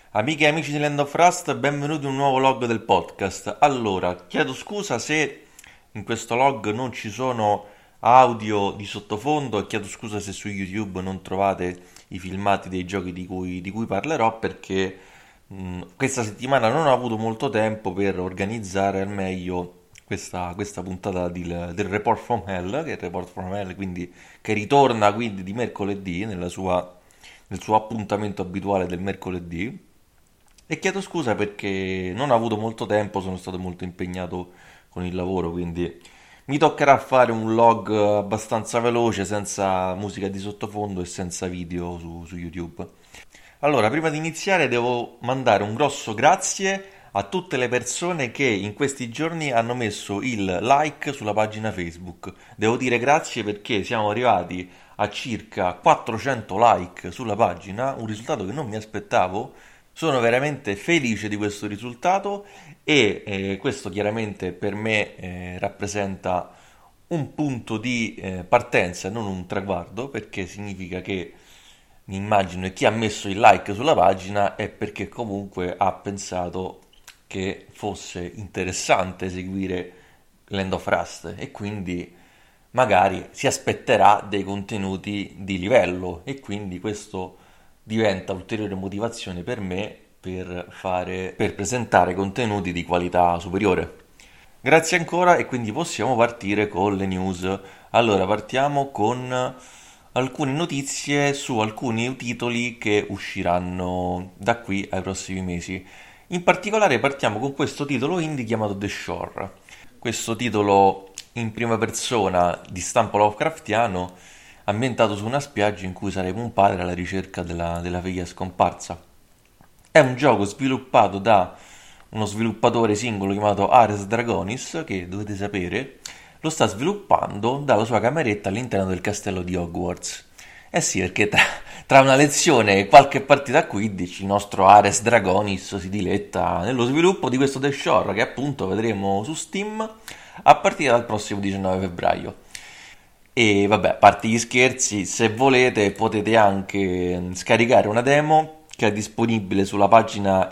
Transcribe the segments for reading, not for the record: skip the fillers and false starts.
Amiche e amici di Land of Rust, benvenuti in un nuovo log del podcast. Allora, chiedo scusa se in questo log non ci sono audio di sottofondo e chiedo scusa se su YouTube non trovate i filmati dei giochi di cui parlerò perché questa settimana non ho avuto molto tempo per organizzare al meglio questa puntata del Report from Hell, che è il Report from Hell, quindi che ritorna quindi di mercoledì nel suo appuntamento abituale del mercoledì. E chiedo scusa perché non ho avuto molto tempo, sono stato molto impegnato con il lavoro, quindi mi toccherà fare un log abbastanza veloce, senza musica di sottofondo e senza video su YouTube. Allora, prima di iniziare devo mandare un grosso grazie a tutte le persone che in questi giorni hanno messo il like sulla pagina Facebook. Devo dire grazie perché siamo arrivati a circa 400 like sulla pagina, un risultato che non mi aspettavo. Sono veramente felice di questo risultato e questo chiaramente per me rappresenta un punto di partenza e non un traguardo, perché significa che mi immagino che chi ha messo il like sulla pagina è perché comunque ha pensato che fosse interessante seguire Land of Rust e quindi magari si aspetterà dei contenuti di livello e quindi questo diventa ulteriore motivazione per me per presentare contenuti di qualità superiore. Grazie ancora e quindi possiamo partire con le news. Allora, partiamo con alcune notizie su alcuni titoli che usciranno da qui ai prossimi mesi. In particolare partiamo con questo titolo indie chiamato The Shore. Questo titolo in prima persona di stampo Lovecraftiano ambientato su una spiaggia in cui sarebbe un padre alla ricerca della figlia scomparsa. È un gioco sviluppato da uno sviluppatore singolo chiamato Ares Dragonis, che dovete sapere, lo sta sviluppando dalla sua cameretta all'interno del castello di Hogwarts. Eh sì, perché tra una lezione e qualche partita a Quidditch, il nostro Ares Dragonis si diletta nello sviluppo di questo The Shore, che appunto vedremo su Steam a partire dal prossimo 19 febbraio. E vabbè, a parte gli scherzi, se volete potete anche scaricare una demo che è disponibile sulla pagina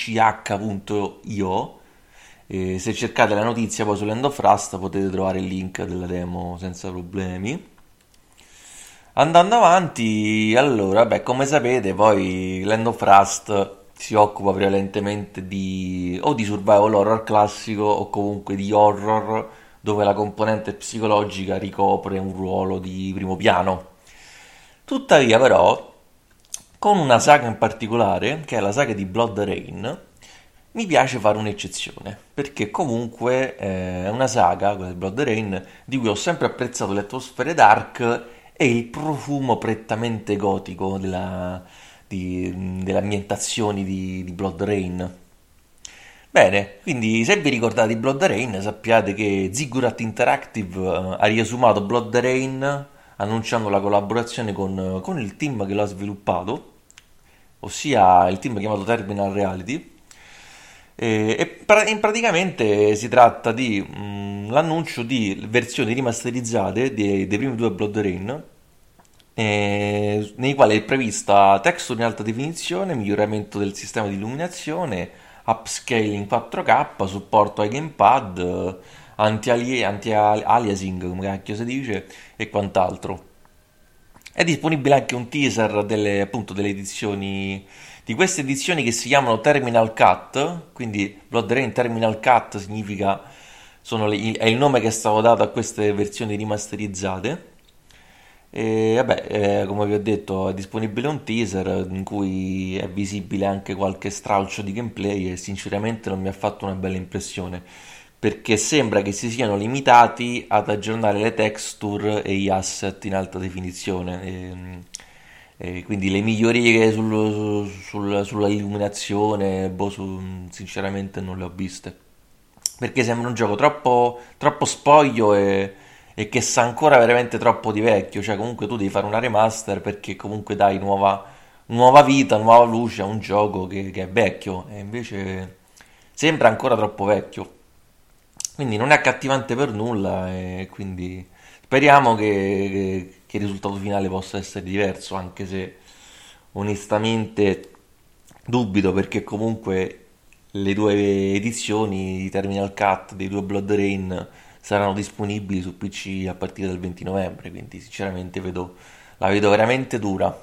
itch.io. E se cercate la notizia poi su Land of Rust potete trovare il link della demo senza problemi. Andando avanti, allora, beh, come sapete, poi Land of Rust si occupa prevalentemente di survival horror classico o comunque di horror dove la componente psicologica ricopre un ruolo di primo piano. Tuttavia, però, con una saga in particolare, che è la saga di Blood Rain, mi piace fare un'eccezione, perché comunque è una saga, quella di Blood Rain, di cui ho sempre apprezzato le atmosfere dark e il profumo prettamente gotico delle ambientazioni di Blood Rain. Bene, quindi se vi ricordate di Blood Rain, sappiate che Ziggurat Interactive ha riesumato Blood Rain annunciando la collaborazione con il team che lo ha sviluppato, ossia il team chiamato Terminal Reality. Praticamente si tratta di l'annuncio di versioni rimasterizzate dei primi due Blood Rain, nei quali è prevista texture in alta definizione, miglioramento del sistema di illuminazione, upscale in 4K, supporto ai gamepad, anti-aliasing, come cacchio si dice, e quant'altro. È disponibile anche un teaser appunto, delle edizioni di queste edizioni che si chiamano Terminal Cut, quindi Blood Rain Terminal Cut significa è il nome che è stato dato a queste versioni rimasterizzate. E vabbè, come vi ho detto, è disponibile un teaser in cui è visibile anche qualche stralcio di gameplay e sinceramente non mi ha fatto una bella impressione perché sembra che si siano limitati ad aggiornare le texture e gli asset in alta definizione. E quindi le migliorie sulla illuminazione, sinceramente non le ho viste. Perché sembra un gioco troppo spoglio e che sa ancora veramente troppo di vecchio. Cioè, comunque tu devi fare una remaster perché comunque dai nuova vita, nuova luce a un gioco che è vecchio. E invece sembra ancora troppo vecchio. Quindi non è accattivante per nulla e quindi speriamo che il risultato finale possa essere diverso, anche se onestamente Dubito perché comunque le due edizioni di Terminal Cut dei due Blood Rain saranno disponibili su PC a partire dal 20 novembre, quindi sinceramente la vedo veramente dura.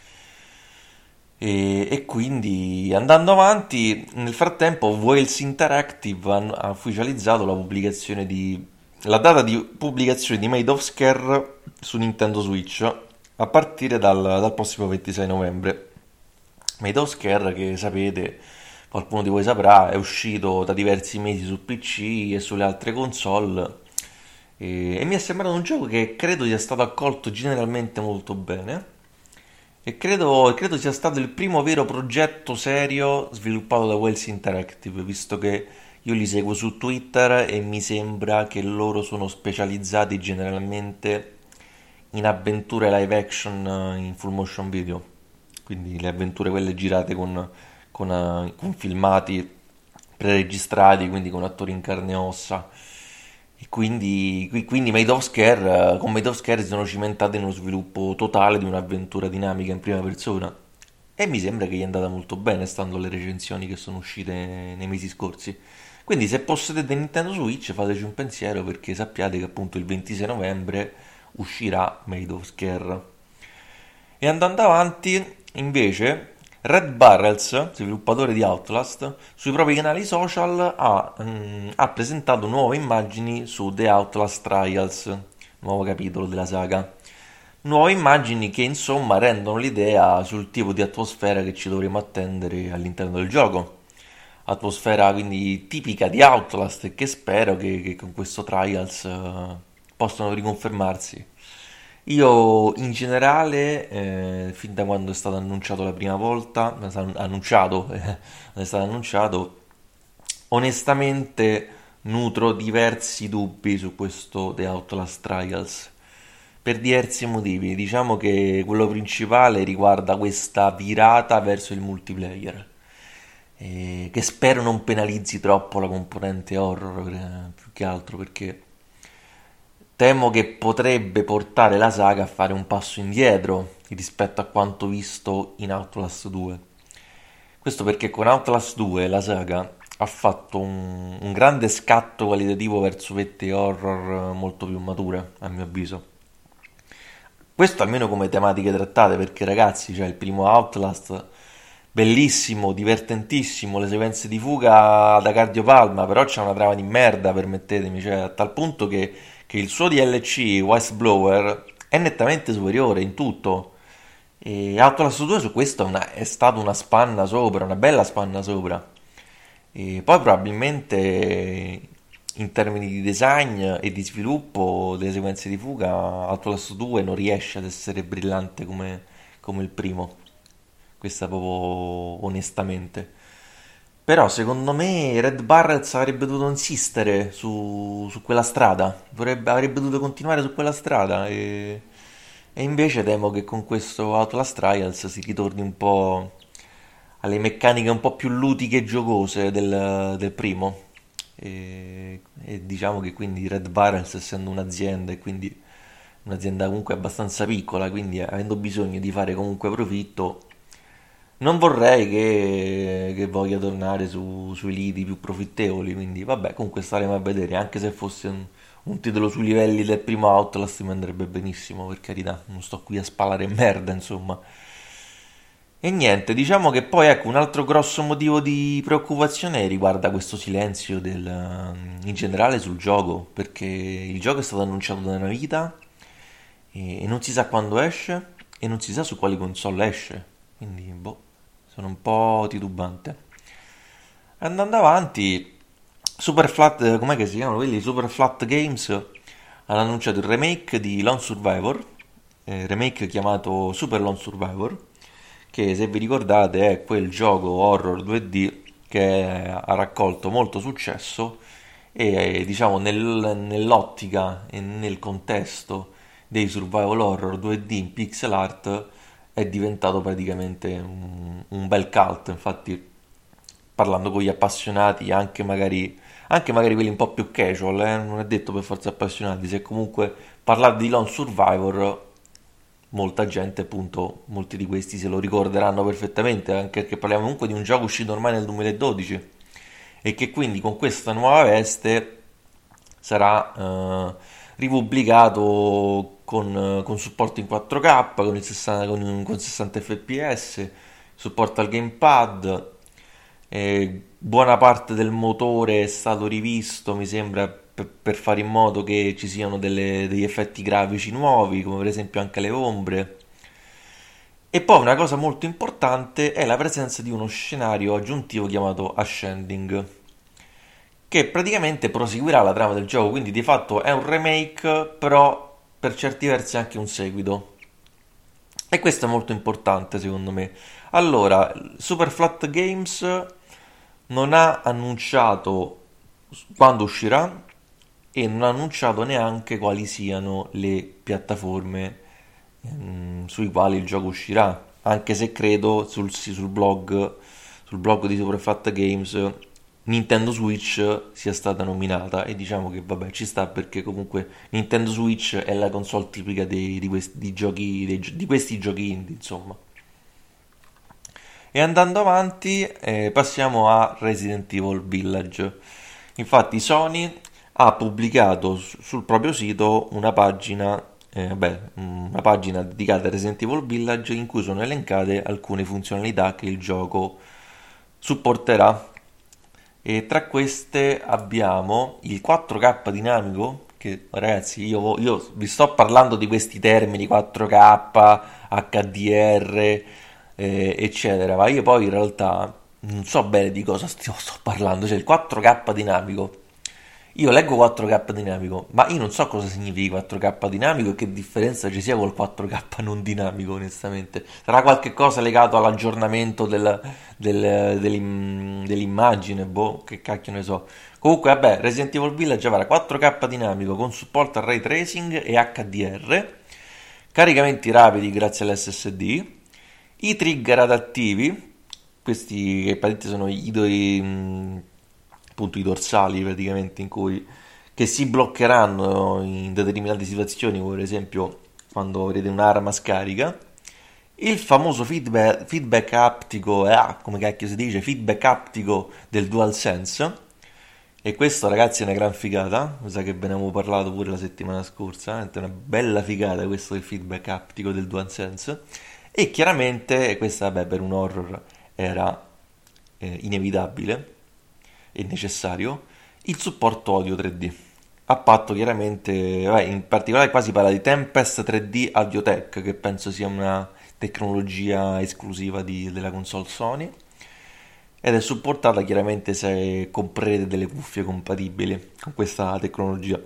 E quindi andando avanti, nel frattempo Wales Interactive ha ufficializzato la data di pubblicazione di Made of Scare su Nintendo Switch a partire dal prossimo 26 novembre. Made of Scare, che sapete, qualcuno di voi saprà, è uscito da diversi mesi su PC e sulle altre console e mi è sembrato un gioco che credo sia stato accolto generalmente molto bene e credo sia stato il primo vero progetto serio sviluppato da Wells Interactive, visto che io li seguo su Twitter e mi sembra che loro sono specializzati generalmente in avventure live action in full motion video, quindi le avventure quelle girate con filmati preregistrati, quindi con attori in carne e ossa. E quindi con Made of Scare si sono cimentati nello sviluppo totale di un'avventura dinamica in prima persona. E mi sembra che gli è andata molto bene, stando alle recensioni che sono uscite nei mesi scorsi. Quindi se possedete Nintendo Switch fateci un pensiero perché sappiate che appunto il 26 novembre uscirà Made of Scare. E andando avanti, invece, Red Barrels, sviluppatore di Outlast, sui propri canali social ha presentato nuove immagini su The Outlast Trials, nuovo capitolo della saga. Nuove immagini che insomma rendono l'idea sul tipo di atmosfera che ci dovremo attendere all'interno del gioco. Atmosfera quindi tipica di Outlast e che spero che con questo Trials possano riconfermarsi. Io in generale, fin da quando è stato annunciato la prima volta, è stato annunciato, onestamente nutro diversi dubbi su questo The Outlast Trials. Per diversi motivi, diciamo che quello principale riguarda questa virata verso il multiplayer, che spero non penalizzi troppo la componente horror, più che altro perché temo che potrebbe portare la saga a fare un passo indietro rispetto a quanto visto in Outlast 2. Questo perché con Outlast 2 la saga ha fatto un grande scatto qualitativo verso vette horror molto più mature, a mio avviso. Questo almeno come tematiche trattate, perché ragazzi, cioè il primo Outlast, bellissimo, divertentissimo, le sequenze di fuga da cardiopalma, però c'è una trama di merda, permettetemi, cioè a tal punto che il suo DLC Whistleblower è nettamente superiore in tutto. E Outlast 2 su questo è stata una spanna sopra, una bella spanna sopra. E poi probabilmente in termini di design e di sviluppo delle sequenze di fuga, Outlast 2 non riesce ad essere brillante come il primo. Questa proprio onestamente. Però secondo me Red Barrels avrebbe dovuto insistere su quella strada, avrebbe dovuto continuare su quella strada e invece temo che con questo Outlast Trials si ritorni un po' alle meccaniche un po' più ludiche e giocose del primo. E diciamo che quindi Red Barrels, essendo un'azienda e quindi un'azienda comunque abbastanza piccola, quindi avendo bisogno di fare comunque profitto, non vorrei che voglia tornare sui lidi più profittevoli, quindi vabbè, comunque staremo a vedere, anche se fosse un titolo sui livelli del primo Outlast mi andrebbe benissimo, per carità, non sto qui a spalare merda, insomma. E niente, diciamo che poi ecco un altro grosso motivo di preoccupazione riguarda questo silenzio in generale sul gioco, perché il gioco è stato annunciato da una vita e non si sa quando esce e non si sa su quali console esce, quindi boh, sono un po' titubante. Andando avanti, com'è che si chiamano quelli? Super Flat Games hanno annunciato il remake di Lone Survivor, remake chiamato Super Lone Survivor, che se vi ricordate è quel gioco horror 2D che ha raccolto molto successo e diciamo nell'ottica e nel contesto dei survival horror 2D in pixel art è diventato praticamente un bel cult. Infatti parlando con gli appassionati, anche magari quelli un po' più casual, non è detto per forza appassionati, se comunque parlate di Lone Survivor molta gente, appunto, molti di questi se lo ricorderanno perfettamente, anche perché parliamo comunque di un gioco uscito ormai nel 2012 e che quindi con questa nuova veste sarà ripubblicato con supporto in 4K, con, il 60, con 60 fps, supporto al gamepad. Buona parte del motore è stato rivisto, mi sembra, per fare in modo che ci siano degli effetti grafici nuovi, come per esempio anche le ombre. E poi una cosa molto importante è la presenza di uno scenario aggiuntivo chiamato Ascending, che praticamente proseguirà la trama del gioco, quindi di fatto è un remake, però per certi versi anche un seguito. E questo è molto importante secondo me. Allora, Super Flat Games non ha annunciato quando uscirà e non ha annunciato neanche quali siano le piattaforme sui quali il gioco uscirà, anche se credo sul blog di Super Fat Games Nintendo Switch sia stata nominata e diciamo che vabbè ci sta perché comunque Nintendo Switch è la console tipica di questi giochi, di questi giochi indie, insomma. E andando avanti, passiamo a Resident Evil Village. Infatti, Sony ha pubblicato sul proprio sito una pagina dedicata a Resident Evil Village in cui sono elencate alcune funzionalità che il gioco supporterà. E tra queste abbiamo il 4K dinamico, che ragazzi, io vi sto parlando di questi termini 4K, HDR, eccetera, ma io poi in realtà non so bene di cosa sto parlando, cioè il 4K dinamico. Io leggo 4K dinamico, ma io non so cosa significhi 4K dinamico e che differenza ci sia col 4K non dinamico, onestamente. Sarà qualche cosa legato all'aggiornamento dell'immagine, boh, che cacchio ne so. Comunque, vabbè, Resident Evil Village avrà 4K dinamico con supporto a ray tracing e HDR, caricamenti rapidi grazie all'SSD, i trigger adattivi, questi che praticamente sono appunto i dorsali praticamente che si bloccheranno in determinate situazioni, come per esempio quando avrete un'arma scarica, il famoso feedback aptico, come cacchio si dice, feedback aptico del DualSense, e questo ragazzi è una gran figata, mi sa che ve ne avevo parlato pure la settimana scorsa, è una bella figata questo del feedback aptico del DualSense, e chiaramente questa vabbè, per un horror era inevitabile e necessario, il supporto audio 3D. A patto chiaramente, in particolare qua si parla di Tempest 3D Audiotech, che penso sia una tecnologia esclusiva della console Sony, ed è supportata chiaramente se comprate delle cuffie compatibili con questa tecnologia.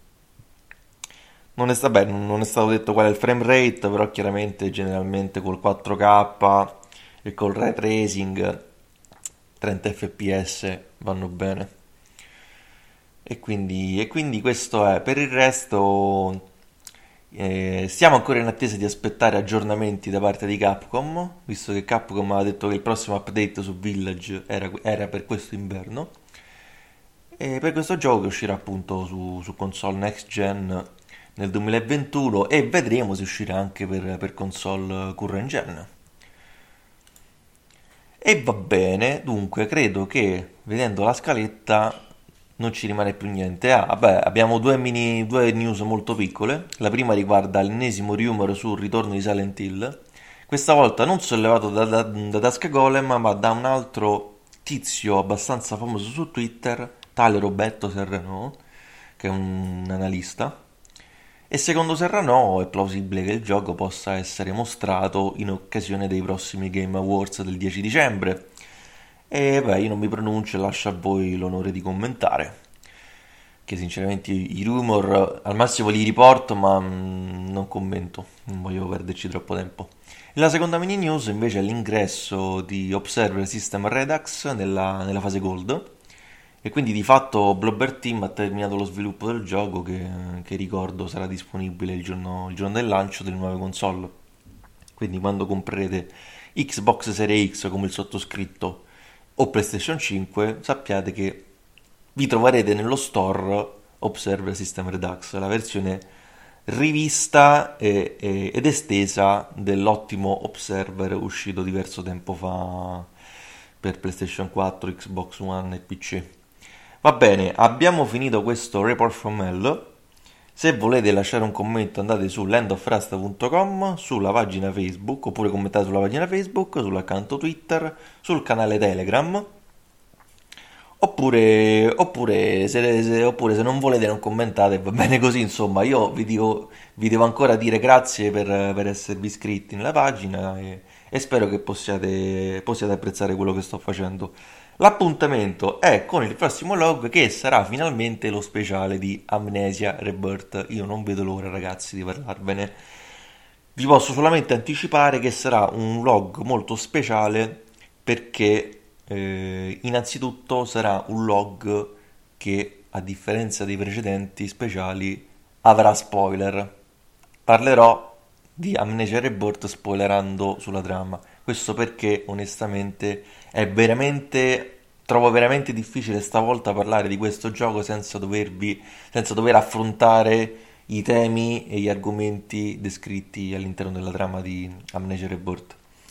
Non è stato detto qual è il frame rate, però chiaramente generalmente col 4K e col ray tracing 30 fps vanno bene. E quindi questo è. Per il resto stiamo ancora in attesa di aspettare aggiornamenti da parte di Capcom, visto che Capcom ha detto che il prossimo update su Village era per questo inverno. E per questo gioco che uscirà appunto su console next gen nel 2021 e vedremo se uscirà anche per console current gen. E va bene, dunque credo che vedendo la scaletta non ci rimane più niente. Vabbè, abbiamo due news molto piccole. La prima riguarda l'ennesimo rumor sul ritorno di Silent Hill. Questa volta non sollevato da Dusk Golem, ma da un altro tizio abbastanza famoso su Twitter, tale Roberto Serrano, che è un analista. E secondo Serrano è plausibile che il gioco possa essere mostrato in occasione dei prossimi Game Awards del 10 dicembre. E beh, io non mi pronuncio e lascio a voi l'onore di commentare. Che sinceramente i rumor al massimo li riporto, ma non commento, non voglio perderci troppo tempo. E la seconda mini news invece è l'ingresso di Observer System Redux nella fase Gold. E quindi di fatto Blobber Team ha terminato lo sviluppo del gioco che ricordo sarà disponibile il giorno del lancio delle nuove console. Quindi quando comprerete Xbox Series X come il sottoscritto o PlayStation 5 sappiate che vi troverete nello store Observer System Redux, la versione rivista ed estesa dell'ottimo Observer uscito diverso tempo fa per PlayStation 4, Xbox One e PC. Va bene, abbiamo finito questo report from hell. Se volete lasciare un commento andate su landofrust.com, sulla pagina Facebook, oppure commentate sulla pagina Facebook, sull'account Twitter, sul canale Telegram. Oppure se non volete non commentate, va bene così, insomma, io vi devo ancora dire grazie per esservi iscritti nella pagina e spero che possiate apprezzare quello che sto facendo. L'appuntamento è con il prossimo log che sarà finalmente lo speciale di Amnesia Rebirth. Io non vedo l'ora, ragazzi, di parlarvene. Vi posso solamente anticipare che sarà un log molto speciale perché innanzitutto sarà un log che, a differenza dei precedenti speciali, avrà spoiler. Parlerò di Amnesia Rebirth spoilerando sulla trama. Questo perché onestamente trovo veramente difficile stavolta parlare di questo gioco senza dover affrontare i temi e gli argomenti descritti all'interno della trama di Amnesia Rebirth.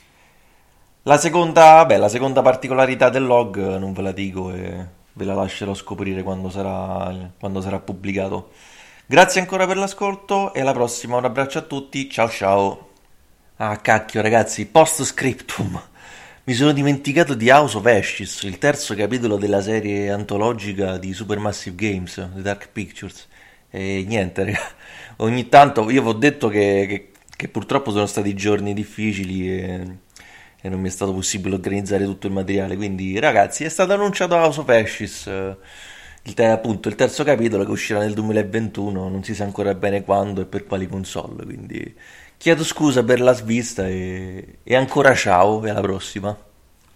La seconda particolarità del log non ve la dico e ve la lascerò scoprire quando sarà pubblicato. Grazie ancora per l'ascolto e alla prossima, un abbraccio a tutti, ciao ciao. Ah cacchio ragazzi, post scriptum. Mi sono dimenticato di House of Ashes, il terzo capitolo della serie antologica di Supermassive Games, The Dark Pictures. E niente, raga. Ogni tanto io vi ho detto che purtroppo sono stati giorni difficili e non mi è stato possibile organizzare tutto il materiale. Quindi, ragazzi, è stato annunciato House of Ashes, appunto il terzo capitolo che uscirà nel 2021. Non si sa ancora bene quando e per quali console. Quindi chiedo scusa per la svista e ancora ciao e alla prossima.